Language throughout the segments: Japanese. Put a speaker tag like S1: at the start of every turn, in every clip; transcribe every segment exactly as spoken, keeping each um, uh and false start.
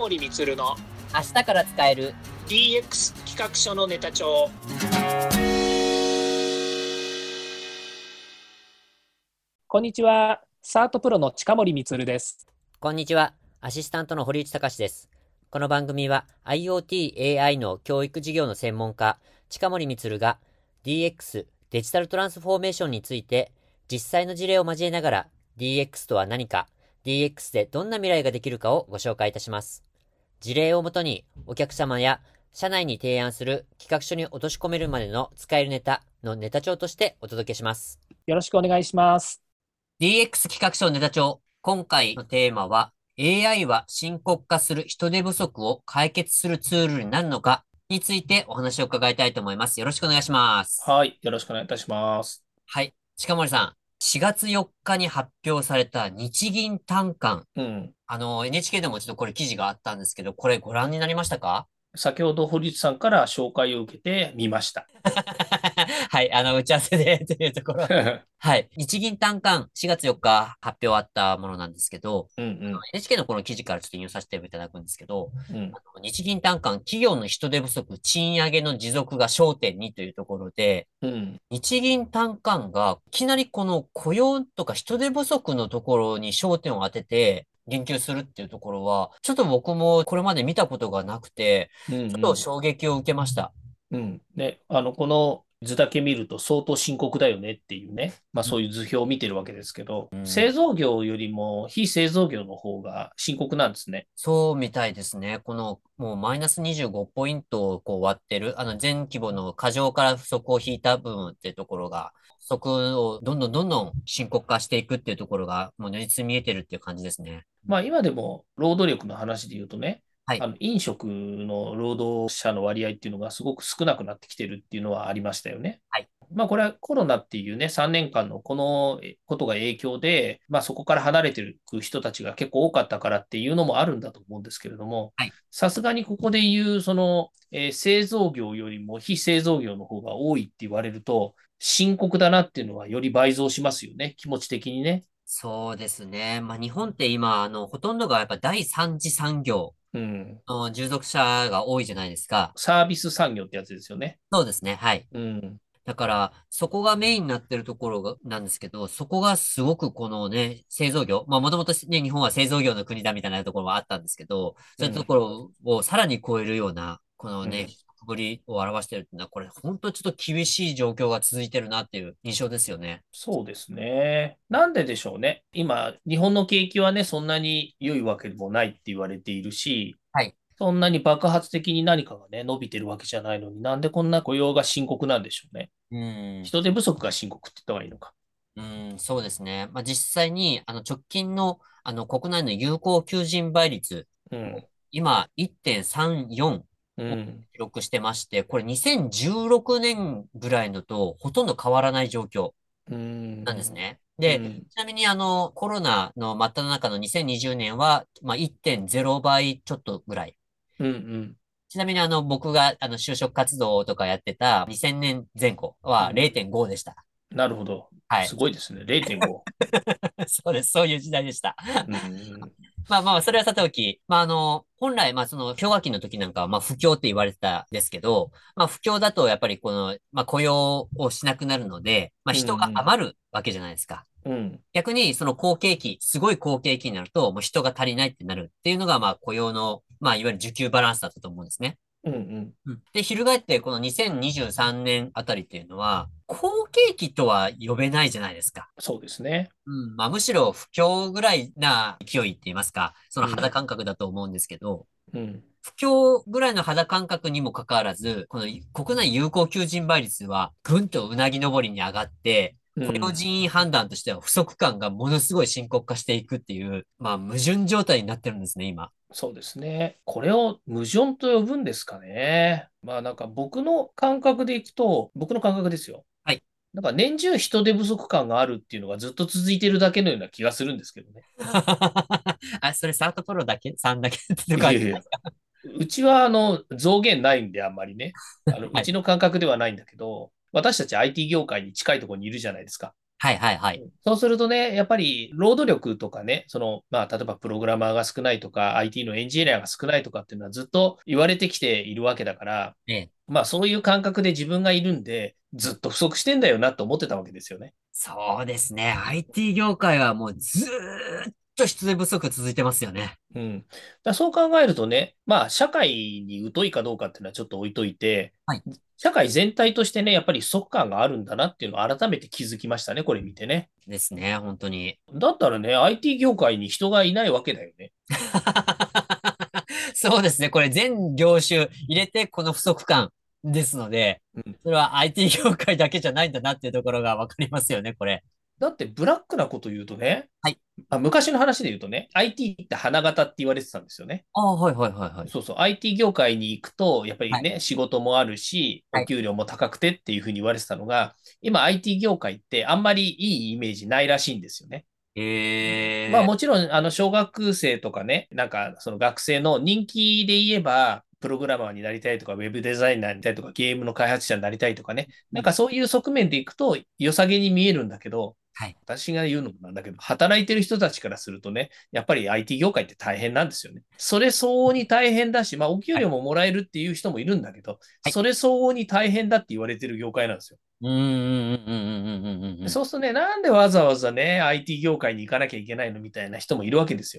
S1: 森充の
S2: 明日から使える
S1: ディーエックス 企画書のネタ帳。こんにちは、サートプロの近森充です。
S2: こんにちは、アシスタントの堀内隆です。この番組は IoT、エーアイ の教育事業の専門家、近森充が ディーエックス、デジタルトランスフォーメーションについて実際の事例を交えながら ディーエックス とは何か、ディーエックス でどんな未来ができるかをご紹介いたします。事例をもとにお客様や社内に提案する企画書に落とし込めるまでの使えるネタのネタ帳としてお届けします。
S1: よろしくお願いします。
S2: ディーエックス 企画書ネタ帳。今回のテーマは エーアイ は深刻化する人手不足を解決するツールになるのかについてお話を伺いたいと思います。よろしくお願いします。
S1: はい、よろしくお願いいたします。
S2: はい。近森さん、しがつよっかに発表された日銀短観。
S1: うん。
S2: あの、エヌエイチケー でもちょっとこれ記事があったんですけど、これご覧になりましたか？
S1: 先ほど堀内さんから紹介を受けてみました。
S2: はい、あの、打ち合わせでというところ。はい。日銀短観しがつよっか発表あったものなんですけど、
S1: うんう
S2: あの
S1: ん
S2: エヌエイチケー のこの記事からちょっと引用させていただくんですけど、
S1: うん。
S2: あの日銀短観企業の人手不足、賃上げの持続が焦点にというところで、
S1: うん。
S2: 日銀短観がいきなりこの雇用とか人手不足のところに焦点を当てて言及するっていうところは、ちょっと僕もこれまで見たことがなくて、
S1: うん
S2: ちょっと
S1: うん。
S2: 衝撃を受けました。
S1: うん。で、あの、この図だけ見ると相当深刻だよねっていうね、まあ
S2: うん。
S1: そういう図表を見てるわけですけど、
S2: うん。
S1: 製造業よりも非製造業の方が深刻なんですね。
S2: そうみたいですね。この、もうマイナスにじゅうごポイントをこう割ってる、あの全規模の過剰から不足を引いた部分っていうところが、不足をどんどんどんどん深刻化していくっていうところが、もう如実に見えてるっていう感じですね。
S1: まあ今でも労働力の話で言うとね、
S2: はい。
S1: あの飲食の労働者の割合っていうのがすごく少なくなってきてるっていうのはありましたよね。
S2: はい。
S1: まあこれはコロナっていうね、さんねんかんのこのことが影響で、まあそこから離れていく人たちが結構多かったからっていうのもあるんだと思うんですけれども、
S2: はい。
S1: さすがにここで言う、その、えー製造業よりも非製造業の方が多いって言われると、深刻だなっていうのはより倍増しますよね、気持ち的にね。
S2: そうですね。まあ日本って今、あの、ほとんどがやっぱ第三次産業
S1: うん。
S2: の従属者が多いじゃないですか。
S1: サービス産業ってやつですよね。
S2: そうですね。はい。
S1: うん。
S2: だから、そこがメインになってるところが、なんですけど、そこがすごくこのね、製造業、まあもともとね、日本は製造業の国だみたいなところはあったんですけど、そういうと
S1: うん。
S2: ころをさらに超えるような、このね、
S1: うん。
S2: ぶりを表してるっていうのは、これ本当ちょっと厳しい状況が続いてるなっていう印象ですよね。
S1: そうですね。なんででしょうね。今、日本の景気はね、そんなに良いわけでもないって言われているし、
S2: はい。
S1: そんなに爆発的に何かがね、伸びてるわけじゃないのに、なんでこんな雇用が深刻なんでしょうね。
S2: うん。
S1: 人手不足が深刻って言った方がいいのか。
S2: うん、そうですね。まあ、実際に、あの、直近の、あの、国内の有効求人倍率、
S1: うん。
S2: 今、いってんさんよんを
S1: うん。
S2: 記録してまして、これにせんじゅうろくねんぐらいのとほとんど変わらない状況
S1: うん。
S2: なんですね。で、
S1: うん。
S2: ちなみに、あの、コロナの真っ只中のにせんにじゅうねんは、まあ、いってんゼロばいちょっとぐらい。
S1: うん。うん。
S2: ちなみに、あの、僕が、あの、就職活動とかやってたにせんねんぜん後は
S1: うん
S2: れいてんごでした。
S1: なるほど。す
S2: はい。
S1: ごいですね。れいてんご。
S2: そうです。そういう時代でした。
S1: うん。
S2: まあまあ、それはさておき、まああの、本来、まあその、氷河期の時なんかは、まあ不況って言われてたんですけど、まあ不況だと、やっぱりこの、まあ雇用をしなくなるので、まあ
S1: う
S2: 人が
S1: ん。
S2: 余るわけじゃないですか。
S1: うん。
S2: 逆に、その好景気、すごい好景気になると、もう人が足りないってなるっていうのが、まあ雇用の、まあいわゆる需給バランスだったと思うんですね。
S1: うん。うん。
S2: うん。で、翻って、このにせんにじゅうさんねんあたりっていうのは、好景気とは呼べないじゃないですか。
S1: そうですね。
S2: うん。まあ、むしろ不況ぐらいな勢いって言いますか、その肌
S1: うん。
S2: 感覚だと思うんですけど、
S1: うん。
S2: 不況ぐらいの肌感覚にもかかわらず、この国内有効求人倍率はぐんとうなぎ登りに上がって、雇用
S1: うん。
S2: 人員判断としては不足感がものすごい深刻化していくっていう、まあ矛盾状態になってるんですね、今。
S1: そうですね。これを矛盾と呼ぶんですかね。まあなんか僕の感覚でいくと、僕の感覚ですよ。
S2: はい。
S1: なんか年中人手不足感があるっていうのがずっと続いてるだけのような気がするんですけどね。
S2: あ、それサートプロだけさんだけってとこあり
S1: いやいや、うちはあの増減ないんであんまりね。あの、う
S2: はい。
S1: ちの感覚ではないんだけど、私たち アイティー 業界に近いところにいるじゃないですか。
S2: はいはいはい。
S1: そうするとね、やっぱり労働力とかね、その、まあ、例えばプログラマーが少ないとか、アイティー のエンジニアが少ないとかっていうのはずっと言われてきているわけだから、
S2: ええ。
S1: まあそういう感覚で自分がいるんで、ずっと不足してんだよなと思ってたわけですよね。
S2: そうですね。アイティー 業界はもうずーっと人手不足続いてますよね。
S1: うん。だからそう考えるとね、まあ社会に疎いかどうかっていうのはちょっと置いといて、
S2: はい。
S1: 社会全体としてね、やっぱり不足感があるんだなっていうのを改めて気づきましたね、これ見てね。
S2: ですね、本当に。
S1: だったらね、アイティー 業界に人がいないわけだよね。
S2: そうですね。これ全業種入れてこの不足感ですので、
S1: うん。
S2: それは アイティー 業界だけじゃないんだなっていうところがわかりますよね、これ。
S1: だってブラックなこと言うとね、
S2: はい。
S1: あ、昔の話で言うとね、アイティー って花形って言われてたんですよね。
S2: ああ、はいはいはいはい。
S1: そうそう、アイティー 業界に行くと、やっぱ
S2: はい。
S1: りね、仕事もあるし、
S2: はい。
S1: お給料も高くてっていうふうに言われてたのが、今 アイティー 業界ってあんまりいいイメージないらしいんですよね。まあ
S2: ええ
S1: もちろん、あの、小学生とかね、なんかその学生の人気で言えば、プログラマーになりたいとか、ウェブデザイナーになりたいとか、ゲームの開発者になりたいとかね、なんかそういう側面でいくと良さげに見えるんだけど、
S2: はい。
S1: 私が言うのもなんだけど、働いてる人たちからするとね、やっぱり アイティー 業界って大変なんですよね。それ相応に大変だし、まあお給
S2: はい。
S1: 料ももらえるっていう人もいるんだけど、
S2: はい。
S1: それ相応に大変だって言われてる業界なんですよ。
S2: うーん、うん、うん、うん、うん、うん、うん。うん。
S1: そうするとね、なんでわざわざね、アイティー 業界に行かなきゃいけないのみたいな人もいるわけですよ。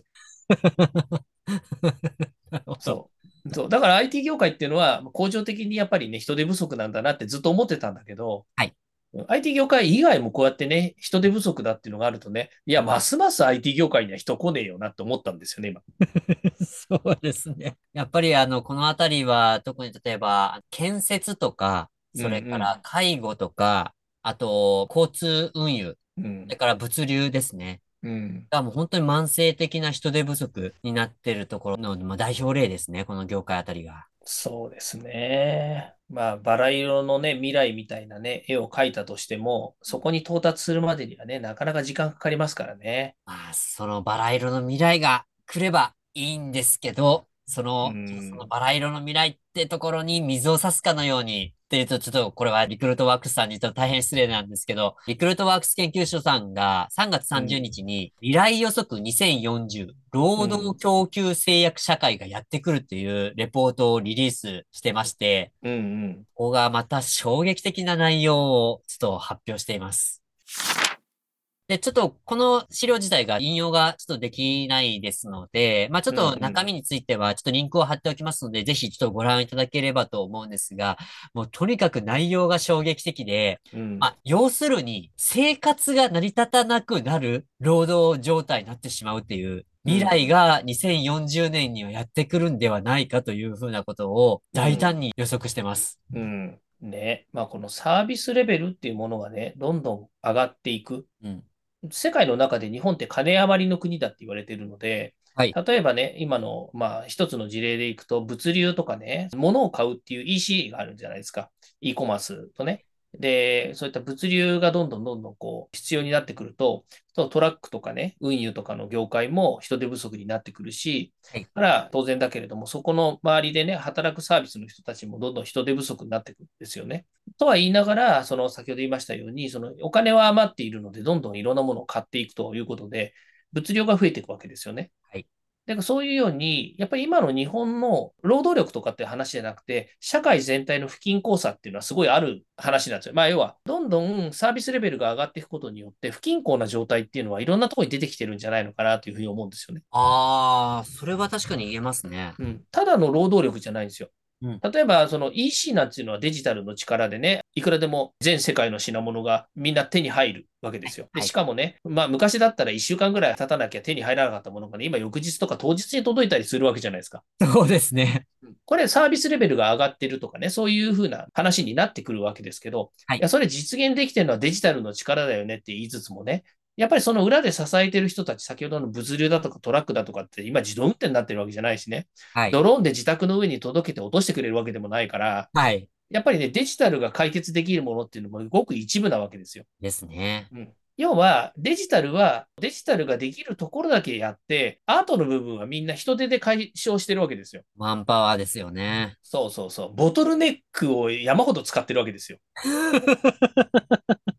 S2: なるほど。
S1: そう。そう。だから アイティー 業界っていうのは、恒常的にやっぱりね、人手不足なんだなってずっと思ってたんだけど、
S2: はい。
S1: アイティー 業界以外もこうやってね、人手不足だっていうのがあるとね、いや、ますます アイティー 業界には人来ねえよなって思ったんですよね、今。
S2: そうですね。やっぱりあの、このあたりは特に例えば、建設とか、
S1: うん
S2: それから介護とか、あと、交通運輸、
S1: うん。うん。
S2: それから物流ですね。
S1: うん。
S2: がもう本当に慢性的な人手不足になってるところの、まあ、代表例ですね。この業界あたりが。
S1: そうですね。まあ、バラ色のね、未来みたいなね、絵を描いたとしても、そこに到達するまでにはね、なかなか時間かかりますからね。
S2: まあ、そのバラ色の未来が来ればいいんですけど、そ
S1: う
S2: の、その
S1: ん。
S2: バラ色の未来ってところに水を差すかのように、っていうと、ちょっとこれはリクルートワークスさんにちょっと大変失礼なんですけど、リクルートワークス研究所さんがさんがつ30
S1: うん。
S2: 日にちに未来予測にせんよんじゅう労働
S1: うん。
S2: 供給制約社会がやってくるっていうレポートをリリースしてまして、
S1: うん。うん。
S2: ここがまた衝撃的な内容をちょっと発表しています。で、ちょっとこの資料自体が引用がちょっとできないですので、まあちょっ
S1: うん。
S2: と
S1: うん。
S2: 中身についてはちょっとリンクを貼っておきますので、ぜひちょっとご覧いただければと思うんですが、もうとにかく内容が衝撃的で、
S1: うん。
S2: まあ要するに生活が成り立たなくなる労働状態になってしまうっていう未来
S1: うん。
S2: がにせんよんじゅうねんにはやってくるんではないかというふうなことを大胆に予測してます。
S1: うん。ね。まあ、このサービスレベルっていうものがね、どんどん上がっていく。
S2: うん。
S1: 世界の中で日本って金余りの国だって言われているので、
S2: はい。
S1: 例えばね、今の、まあ、一つの事例でいくと、物流とかね、物を買うっていう イーシー があるんじゃないですか。e コマースとね。で、そういった物流がどんどんどんどんこう必要になってくると、とトラックとかね、運輸とかの業界も人手不足になってくるし、
S2: はい。
S1: から当然だけれども、そこの周りでね、働くサービスの人たちもどんどん人手不足になってくるんですよね。とは言いながら、その先ほど言いましたように、そのお金は余っているので、どんどんいろんなものを買っていくということで、物量が増えていくわけですよね。
S2: はい。
S1: だからそういうように、やっぱり今の日本の労働力とかって話じゃなくて、社会全体の不均衡さっていうのはすごいある話なんですよ。まあ要は、どんどんサービスレベルが上がっていくことによって、不均衡な状態っていうのはいろんなところに出てきてるんじゃないのかなというふうに思うんですよね。
S2: ああ、それは確かに言えますね。
S1: うん。ただの労働力じゃないんですよ。
S2: うん。
S1: 例えば、その イーシー なんていうのはデジタルの力でね、いくらでも全世界の品物がみんな手に入るわけですよ。で、
S2: はい。
S1: しかもね、まあ昔だったらいっしゅうかんぐらい経たなきゃ手に入らなかったものがね、今翌日とか当日に届いたりするわけじゃないですか。
S2: そうですね。
S1: これサービスレベルが上がってるとかね、そういうふうな話になってくるわけですけど、
S2: はい。
S1: いや、それ実現できてるのはデジタルの力だよねって言いつつもね、やっぱりその裏で支えてる人たち、先ほどの物流だとかトラックだとかって今自動運転になってるわけじゃないしね、
S2: はい。
S1: ドローンで自宅の上に届けて落としてくれるわけでもないから、
S2: はい。
S1: やっぱりね、デジタルが解決できるものっていうのもごく一部なわけですよ。
S2: ですね。
S1: うん。要は、デジタルは、デジタルができるところだけやって、アートの部分はみんな人手で解消してるわけですよ。
S2: マンパワーですよね。
S1: そうそうそう。ボトルネックを山ほど使ってるわけですよ。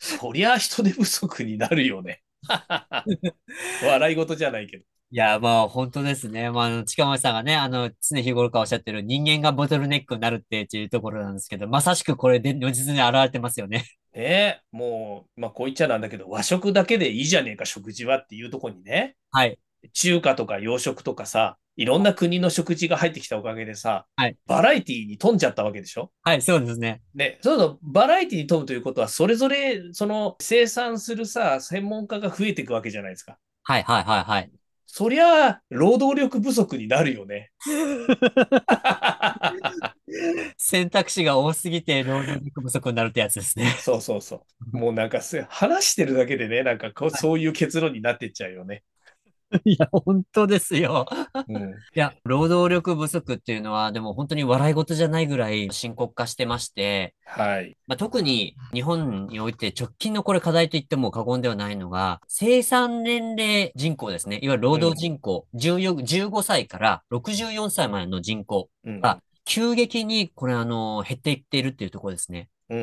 S1: そりゃ人手不足になるよね。笑い事じゃないけど。
S2: いや、まあ、本当ですね。まあ、あの、近森さんがね、あの、常日頃からおっしゃってる人間がボトルネックになるってっていうところなんですけど、まさしくこれで如実に現れてますよね。
S1: ねえ、もう、まあこう言っちゃなんだけど、和食だけでいいじゃねえか、食事はっていうところにね、
S2: はい。
S1: 中華とか洋食とかさ、いろんな国の食事が入ってきたおかげでさ、
S2: はい。
S1: バラエティに富んじゃったわけでしょ。
S2: はい、そうですね。
S1: ね、そうすると、バラエティに富むということは、それぞれ、その、生産するさ、専門家が増えていくわけじゃないですか。
S2: はい、はい、はい、はい。
S1: そりゃ、労働力不足になるよね。
S2: 選択肢が多すぎて労働力不足になるってやつですね。
S1: そうそうそう。もうなんかせ、話してるだけでね、なんかこう、
S2: はい。
S1: そういう結論になってっちゃうよね。
S2: いや、本当ですよ。
S1: うん。
S2: いや、労働力不足っていうのは、でも本当に笑い事じゃないぐらい深刻化してまして、
S1: はい。
S2: まあ、特に日本において直近のこれ課題と言っても過言ではないのが、生産年齢人口ですね。いわゆる労働
S1: うん。
S2: 人口、じゅうよん、じゅうごさいからろくじゅうよんさいまでの人口
S1: うん。
S2: が急激にこれあの、減っていっているっていうところですね。
S1: うん。うん。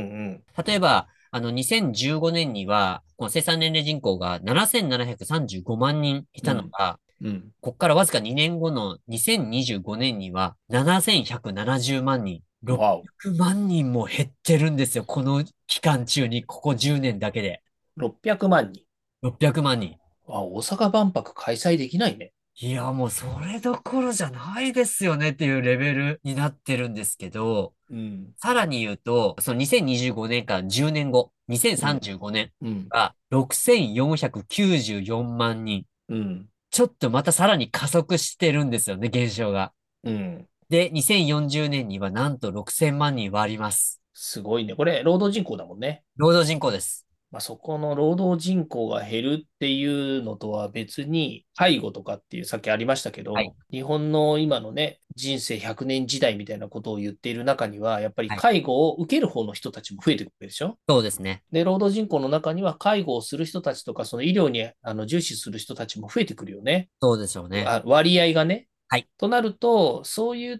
S2: 例えば、あの、にせんじゅうごねんには、この生産年齢人口がななせんななひゃくさんじゅうごまん人い
S1: うん。
S2: たのが、
S1: うん。
S2: ここからわずかにねんごのにせんにじゅうごねんにはななせんひゃくななじゅうまん人、600
S1: わお。
S2: 万人も減ってるんですよ。この期間中に、ここじゅうねんだけで。
S1: ろっぴゃくまん人。
S2: ろっぴゃくまん人。
S1: あ、大阪万博開催できないね。
S2: いや、もうそれどころじゃないですよねっていうレベルになってるんですけど、
S1: うん。
S2: さらに言うと、そのにせんにじゅうごねんからじゅうねんご、
S1: うん。
S2: にせんさんじゅうごねん
S1: うん。
S2: がろくせんよんひゃくきゅうじゅうよんまん人。
S1: うん。
S2: ちょっとまたさらに加速してるんですよね、減少が。
S1: うん。
S2: で、にせんよんじゅうねんにはなんとろくせんまん人割ります。
S1: すごいね。これ、労働人口だもんね。
S2: 労働人口です。
S1: まあ、そこの労働人口が減るっていうのとは別に、介護とかっていうさっきありましたけ
S2: はい。
S1: ど、日本の今のね、人生ひゃくねん時代みたいなことを言っている中には、やっぱり
S2: はい。
S1: 介護を受ける方の人たちも増えてくるでしょ。
S2: そうですね。
S1: で、労働人口の中には介護をする人たちとか、その医療にあの重視する人たちも増えてくるよね。
S2: そうでしょうね。
S1: あ割合がね。
S2: はい。
S1: となると、そういった、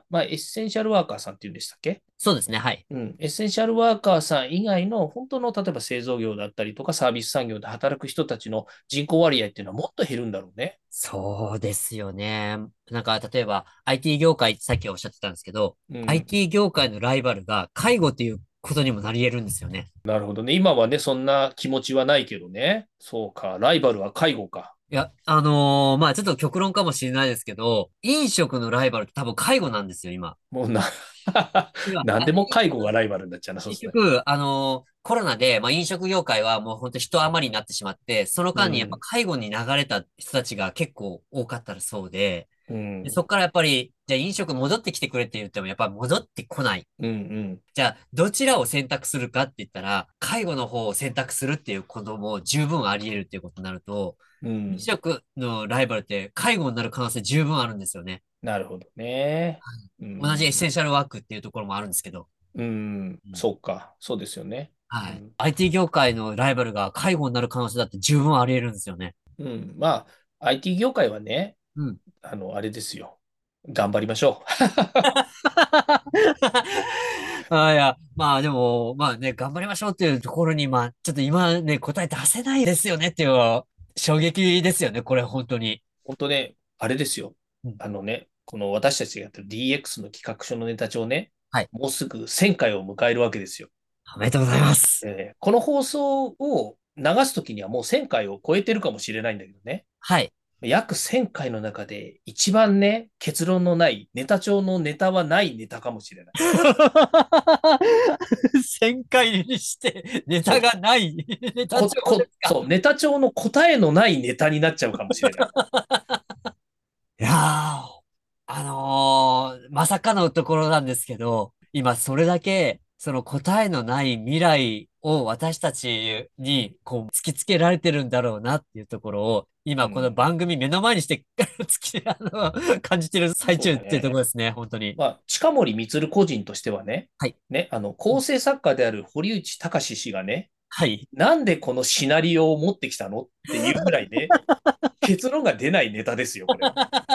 S1: まあ、エッセンシャルワーカーさんっていうんでしたっけ。
S2: そうですね。はい。
S1: うん、エッセンシャルワーカーさん以外の本当の例えば製造業だったりとかサービス産業で働く人たちの人口割合っていうのはもっと減るんだろうね。
S2: そうですよね。なんか、例えば、アイティー 業界、さっきおっしゃってたんですけど、
S1: うん、
S2: アイティー 業界のライバルが介護っていうことにもなり得るんですよね。
S1: なるほどね。今はね、そんな気持ちはないけどね。そうか。ライバルは介護か。
S2: いや、あのーまあちょっと極論かもしれないですけど、飲食のライバルって多分介護なんですよ、今。
S1: もうな
S2: 今、
S1: 何でも
S2: あ結
S1: 介護がライバルになっちゃうな、そうですね。
S2: 局、あのーコロナで、まあ飲食業界はもう本当人余りになってしまって、その間にやっぱ
S1: うん、
S2: 介護に流れた人たちが結構多かったそうで、
S1: うん、
S2: でそこからやっぱり、じゃあ飲食戻ってきてくれって言ってもやっぱ戻ってこない。
S1: うん、うん、
S2: じゃあ、どちらを選択するかって言ったら、介護の方を選択するっていうことも十分あり得るっていうことになると、飲
S1: うん。
S2: 食のライバルって介護になる可能性十分あるんですよね。
S1: なるほどね。う
S2: 同じエッセ
S1: ん、
S2: ンシャルワークっていうところもあるんですけど。
S1: うん、
S2: うん。
S1: そうか。そうですよね。う
S2: はい。
S1: ん
S2: アイティー 業界のライバルが介護になる可能性だって十分あり得るんですよね。
S1: うん。まあ、アイティー 業界はね、
S2: うん。
S1: あの、あれですよ。頑張りましょ
S2: あいや、まあでも、まあね、頑張りましょうっていうところに、まあ、ちょっと今ね、答え出せないですよねっていうのは衝撃ですよね、これ本当に。
S1: う。本当ね、あれですよ。
S2: うん。
S1: あのね、この私たちがやってる ディーエックス の企画書のネタ帳ね、
S2: はい。
S1: もうすぐせんかいを迎えるわけですよ。
S2: おめでとうございます。
S1: えーこの放送を流すときにはもうせんかいを超えてるかもしれないんだけどね。
S2: はい。
S1: 約せんかいの中で一番ね、結論のない、ネタ帳のネタはないネタかもしれない。
S2: せんかいにしてネタ
S1: そう。
S2: がないネタ
S1: こ、
S2: 帳で
S1: こ、
S2: すか？
S1: そう、ネタ帳の答えのないネタになっちゃうかもしれない。
S2: いやー、あのーまさかのところなんですけど、今それだけ、その答えのない未来を私たちにこう突きつけられてるんだろうなっていうところを、今この
S1: うん。
S2: 番組目の前にして突き、あの、感じてる最
S1: そう
S2: 中っていうとこ
S1: ね。
S2: ろですね、本当に。
S1: まあ、近森光個人としてはね、
S2: はい。
S1: ね、あの、構成作家である堀内隆氏がね、
S2: はい。
S1: なんでこのシナリオを持ってきたのっていうぐらいね、結論が出ないネタですよ、これは。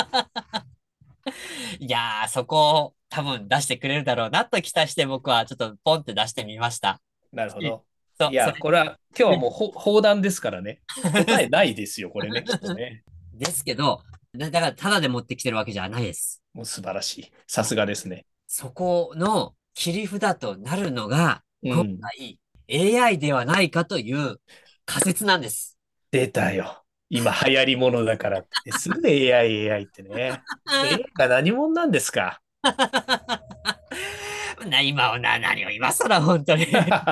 S2: いやー、そこを多分出してくれるだろうなと期待して僕はちょっとポンって出してみました。し
S1: なるほど。
S2: そう、そ
S1: いや、これは、今日は
S2: れ
S1: もうほ砲弾ですからね。答えないですよ、これね、きっとね。
S2: ですけど、だだから、ただで持ってきてるわけじゃないです。
S1: もう素晴らしい。さすがですね。
S2: そこの切り札となるのが、今
S1: うん。
S2: 回 エーアイ ではないかという仮説なんです。
S1: 出たよ。今流行り物だからって。すぐ エーアイ、エーアイ ってね。エーアイ が何者なんですか？
S2: な、今はな、何を今更本当に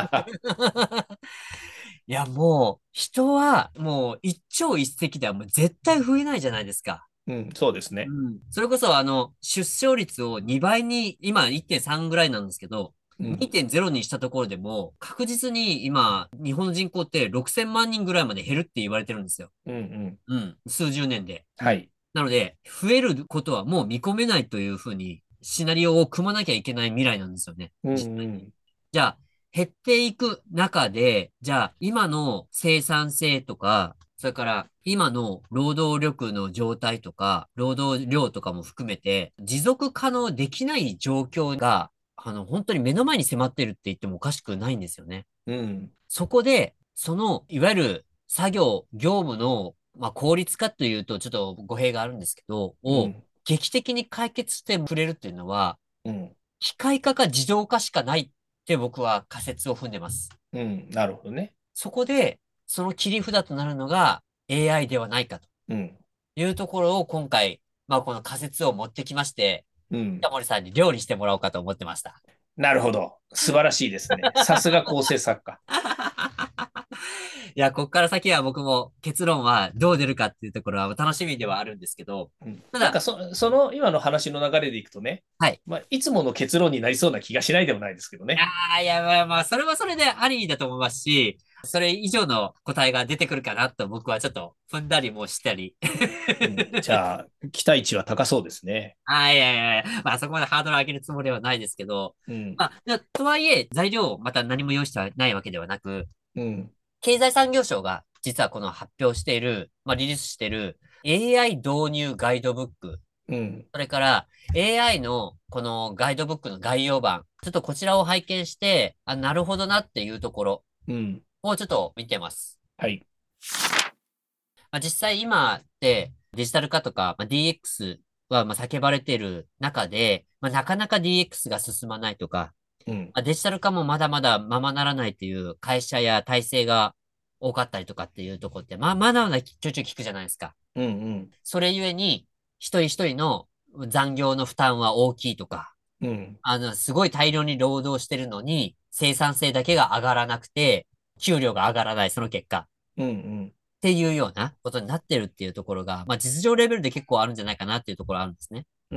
S2: いや、もう、人は、もう、一朝一夕ではもう絶対増えないじゃないですか。
S1: うん、そうですね。
S2: うん。それこそ、あの、出生率をにばいに、今いってんさんぐらいなんですけど、
S1: うん、
S2: にてんゼロにしたところでも、確実に今、日本の人口ってろくせんまん人ぐらいまで減るって言われてるんですよ。
S1: うん、うん。
S2: うん。数十年で。うん。
S1: はい。
S2: なので、増えることはもう見込めないというふうに、シナリオを組まなきゃいけない未来なんですよね。
S1: うん、
S2: 実際に。
S1: うん、
S2: じゃあ、減っていく中で、じゃあ、今の生産性とか、それから今の労働力の状態とか、労働量とかも含めて、持続可能できない状況が、あの、本当に目の前に迫ってるって言ってもおかしくないんですよね。
S1: うん、
S2: そこで、その、いわゆる作業、業務の、まあ、効率化というとちょっと語弊があるんですけど、を
S1: うん、
S2: 劇的に解決してくれるっていうのは、
S1: うん、
S2: 機械化か自動化しかないって僕は仮説を踏んでます。
S1: うん、なるほどね。
S2: そこで、その切り札となるのが エーアイ ではないかと
S1: うん、
S2: いうところを今回、まあこの仮説を持ってきまして、
S1: うん。
S2: タモリさんに料理してもらおうかと思ってました。
S1: なるほど。素晴らしいですね。さすが構成作家。
S2: いや、こっから先は僕も結論はどう出るかっていうところは楽しみではあるんですけど、
S1: うん、
S2: ただ、
S1: なんかそ、その今の話の流れでいくとね、
S2: はい。
S1: まあ、いつもの結論になりそうな気がしないでもないですけどね。
S2: ああ、いや、まあまあ、それはそれでありだと思いますし、それ以上の答えが出てくるかなと僕はちょっと踏んだりもしたり。
S1: うん、じゃあ、期待値は高そうですね。
S2: ああ、いやいやいや、まあそこまでハードル上げるつもりはないですけど、
S1: うん、
S2: まあ、でとはいえ、材料をまた何も用意してないわけではなく、
S1: うん、
S2: 経済産業省が実はこの発表している、まあリリースしている エーアイ 導入ガイドブック、
S1: うん、
S2: それから エーアイ のこのガイドブックの概要版、ちょっとこちらを拝見して、あ、なるほどなっていうところ
S1: うん。
S2: をちょっと見てます。
S1: はい。
S2: まあ、実際今ってデジタル化とか、まあ、ディーエックス はまあ叫ばれている中で、まあ、なかなか ディーエックス が進まないとか、
S1: うん、
S2: まあ、デジタル化もまだまだままならないという会社や体制が多かったりとかっていうところって、まあ、まだまだちょいちょい聞くじゃないですか。
S1: うん、うん、
S2: それゆえに、一人一人の残業の負担は大きいとか、
S1: うん、
S2: あの、すごい大量に労働してるのに、生産性だけが上がらなくて、給料が上がらない、その結果。
S1: うん、うん、
S2: っていうようなことになってるっていうところが、まあ実情レベルで結構あるんじゃないかなっていうところあるんですね。
S1: うん、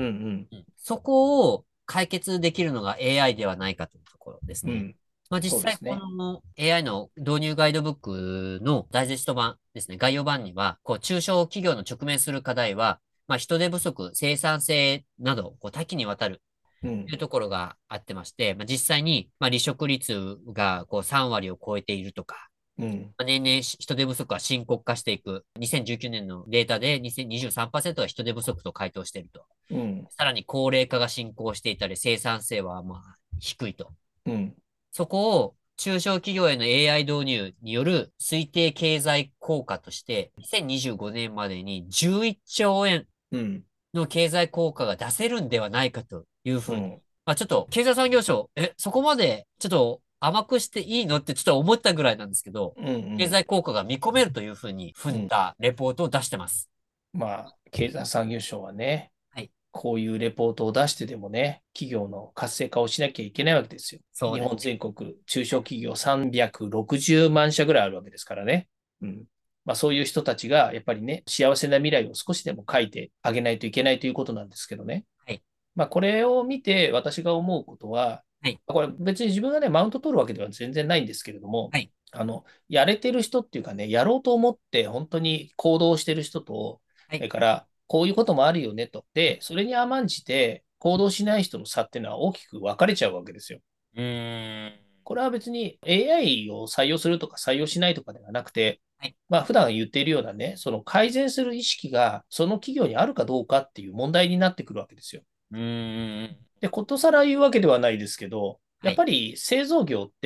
S2: うん。そこを解決できるのが エーアイ ではないかというところですね。
S1: うん。
S2: まあ実際こ
S1: そうですね。
S2: の エーアイ の導入ガイドブックのダイジェスト版ですね、概要版には、こう中小企業の直面する課題は、まあ人手不足、生産性など、こう多岐にわたる
S1: うん、
S2: というところがあってまして、まあ実際に、まあ離職率がこうさん割を超えているとか、
S1: うん、
S2: 年々人手不足は深刻化していく。にせんじゅうきゅうねんのデータでにせんにじゅうさんパーセントは人手不足と回答していると。
S1: うん、
S2: さらに高齢化が進行していたり、生産性はまあ低いと。
S1: うん、
S2: そこを中小企業への エーアイ 導入による推定経済効果として、にせんにじゅうごねんまでにじゅういっちょうえん
S1: うん、
S2: の経済効果が出せるんではないかというふうに。
S1: うん、
S2: まあちょっと経済産業省、え、そこまでちょっと甘くしていいのってちょっと思ったぐらいなんですけど、
S1: うん、うん。
S2: 経済効果が見込めるというふうに踏
S1: うん。
S2: んだレポートを出してます。
S1: まあ、経済産業省はね、
S2: はい。
S1: こういうレポートを出してでもね、企業の活性化をしなきゃいけないわけですよ。日本
S2: そうですね。
S1: 全国、中小企業さんびゃくろくじゅうまん社ぐらいあるわけですからね。うん。まあ、そういう人たちが、やっぱりね、幸せな未来を少しでも書いてあげないといけないということなんですけどね。
S2: はい。
S1: まあ、これを見て私が思うことは、
S2: はい。
S1: これ別に自分がね、マウント取るわけでは全然ないんですけれども、
S2: はい。
S1: あの、やれてる人っていうかね、やろうと思って本当に行動してる人と、
S2: はい。
S1: それから、こういうこともあるよねと。で、それに甘んじて行動しない人の差っていうのは大きく分かれちゃうわけですよ。
S2: うーん。
S1: これは別に エーアイ を採用するとか採用しないとかではなくて、
S2: はい。
S1: まあ普段言っているようなね、その改善する意識がその企業にあるかどうかっていう問題になってくるわけですよ。
S2: うーん。
S1: で、ことさら言うわけではないですけど、や
S2: はい。
S1: っぱり製造業って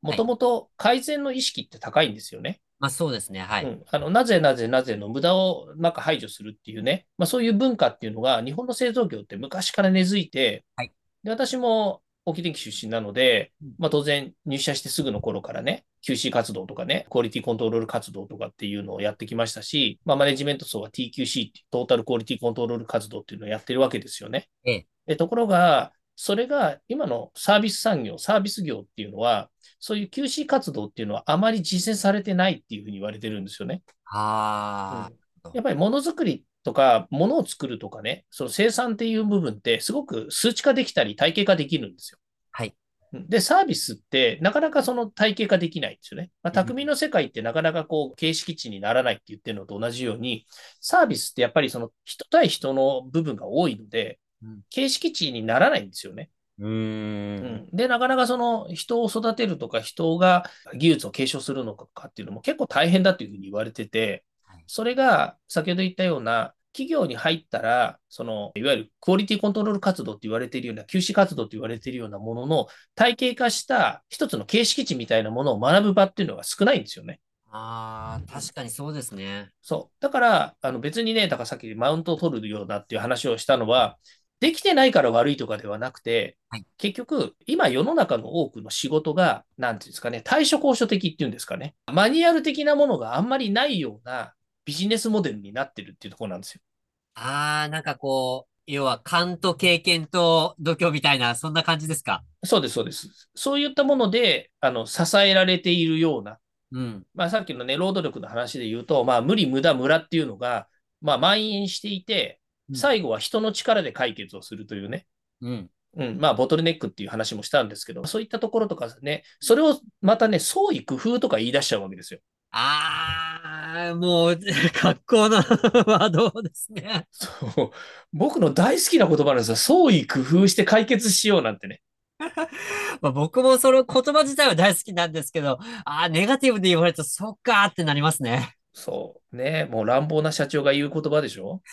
S1: もともと改善の意識って高いんですよね。
S2: まあそうですね。はい。
S1: うん、あのなぜなぜなぜの無駄をなんか排除するっていうね、まあ、そういう文化っていうのが日本の製造業って昔から根付いて、
S2: はい。
S1: で私も沖電機出身なので、
S2: うん。
S1: まあ、当然入社してすぐの頃からね、キューシー 活動とかね、クオリティコントロール活動とかっていうのをやってきましたし、まあ、マネジメント層は ティーキューシー ってトータルクオリティコントロール活動っていうのをやってるわけですよね。
S2: ええ。
S1: でところが、それが今のサービス産業、サービス業っていうのは、そういう キューシー 活動っていうのはあまり実践されてないっていうふうに言われてるんですよね。う
S2: あ
S1: ん、
S2: あ。
S1: やっぱりものづくりとか、ものを作るとかね、その生産っていう部分ってすごく数値化できたり体系化できるんですよ。
S2: はい。
S1: で、サービスってなかなかその体系化できないんですよね。まあ、
S2: うん。
S1: 匠の世界ってなかなかこう形式値にならないって言ってるのと同じように、サービスってやっぱりその人対人の部分が多いので、
S2: うん。
S1: 形式値にならないんですよね。
S2: うーん。
S1: うん、で、なかなかその人を育てるとか人が技術を継承するのかっていうのも結構大変だというふうに言われてて、
S2: はい。
S1: それが先ほど言ったような企業に入ったら、そのいわゆるクオリティコントロール活動って言われているような、キューシー 活動って言われているようなものの体系化した一つの形式値みたいなものを学ぶ場っていうのが少ないんですよね。
S2: ああ、確かにそうですね。
S1: そう。だから、あの別にね、だからさっきマウントを取るようだっていう話をしたのは、できてないから悪いとかではなくて、
S2: はい。
S1: 結局、今世の中の多くの仕事が、なんていうんですかね、対処高所的っていうんですかね、マニュアル的なものがあんまりないようなビジネスモデルになってるっていうところなんですよ。
S2: ああ、なんかこう、要は勘と経験と度胸みたいな、そんな感じですか？
S1: そうです、そうです。そういったもので、あの、支えられているような、
S2: うん。
S1: まあ、さっきのね、労働力の話で言うと、まあ、無理、無駄、無駄っていうのが、まあ、蔓延していて、
S2: うん。
S1: 最後は人の力で解決をするというね、
S2: うん。
S1: うん、まあ、ボトルネックっていう話もしたんですけど、そういったところとかね、それをまたね、創意工夫とか言い出しちゃうわけですよ。
S2: ああ、もう、格好のワードですね。
S1: そう。僕の大好きな言葉なんですよ。創意工夫して解決しようなんてね。
S2: まあ、僕もその言葉自体は大好きなんですけど、ああ、ネガティブで言われると、そっかーってなりますね。
S1: そう。ね、もう乱暴な社長が言う言葉でしょ。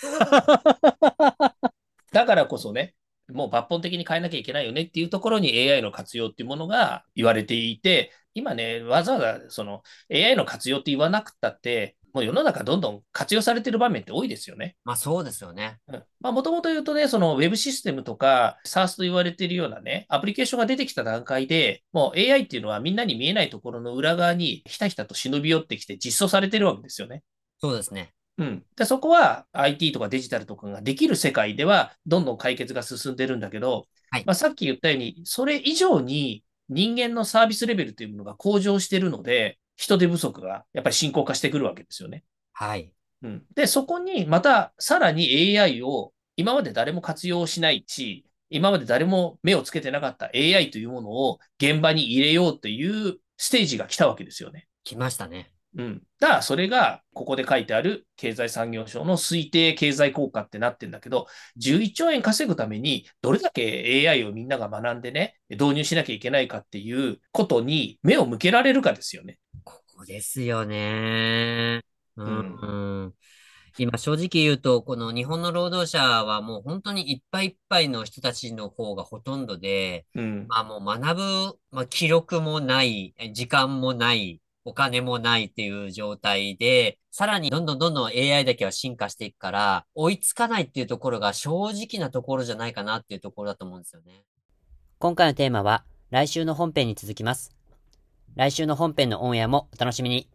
S1: だからこそね、もう抜本的に変えなきゃいけないよねっていうところに エーアイ の活用っていうものが言われていて、今ね、わざわざその エーアイ の活用って言わなくったって、もう世の中どんどん活用されてる場面って多いですよね。
S2: まあそうですよね。
S1: うん、まあ、もともと言うとね、そのウェブシステムとか SaaS と言われているようなね、アプリケーションが出てきた段階で、もう エーアイ っていうのはみんなに見えないところの裏側にひたひたと忍び寄ってきて実装されてるわけですよね。
S2: そうですね。
S1: うん。で、そこは アイティー とかデジタルとかができる世界では、どんどん解決が進んでるんだけど、
S2: はい。
S1: まあ、さっき言ったように、それ以上に人間のサービスレベルというものが向上しているので、人手不足がやっぱり深刻化してくるわけですよね。
S2: はい。
S1: うん。で、そこにまたさらに エーアイ を今まで誰も活用しないし、今まで誰も目をつけてなかった エーアイ というものを現場に入れようというステージが来たわけですよね。
S2: 来ましたね。
S1: うん。だから、それが、ここで書いてある経済産業省の推定経済効果ってなってるんだけど、じゅういっちょうえん稼ぐために、どれだけ エーアイ をみんなが学んでね、導入しなきゃいけないかっていうことに目を向けられるかですよね。
S2: ここですよね。う
S1: うん。
S2: ん。今正直言うと、この日本の労働者はもう本当にいっぱいいっぱいの人たちの方がほとんどで、
S1: うん。
S2: まあもう学ぶ、まあ記録もない、え時間もない、お金もないっていう状態で、さらにどんどんどんどん エーアイ だけは進化していくから、追いつかないっていうところが正直なところじゃないかなっていうところだと思うんですよね。今回のテーマは来週の本編に続きます。来週の本編のオンエアもお楽しみに。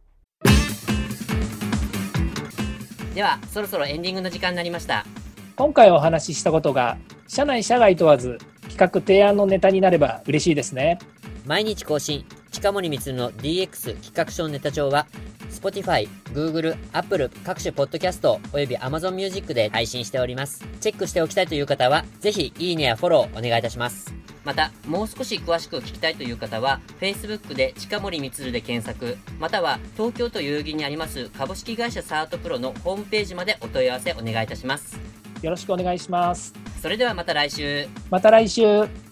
S2: では、そろそろエンディングの時間になりました。
S3: 今回お話ししたことが社内社外問わず企画提案のネタになれば嬉しいですね。
S2: 毎日更新、近森光の ディーエックス 企画書ネタ帳は Spotify、Google、Apple 各種ポッドキャストおよび Amazon Music で配信しております。チェックしておきたいという方はぜひいいねやフォローお願いいたします。また、もう少し詳しく聞きたいという方は Facebook で近森光で検索、または東京都代々木にあります株式会社サートプロのホームページまでお問い合わせお願いいたします。
S3: よろしくお願いします。
S2: それではまた来週。
S3: また来週。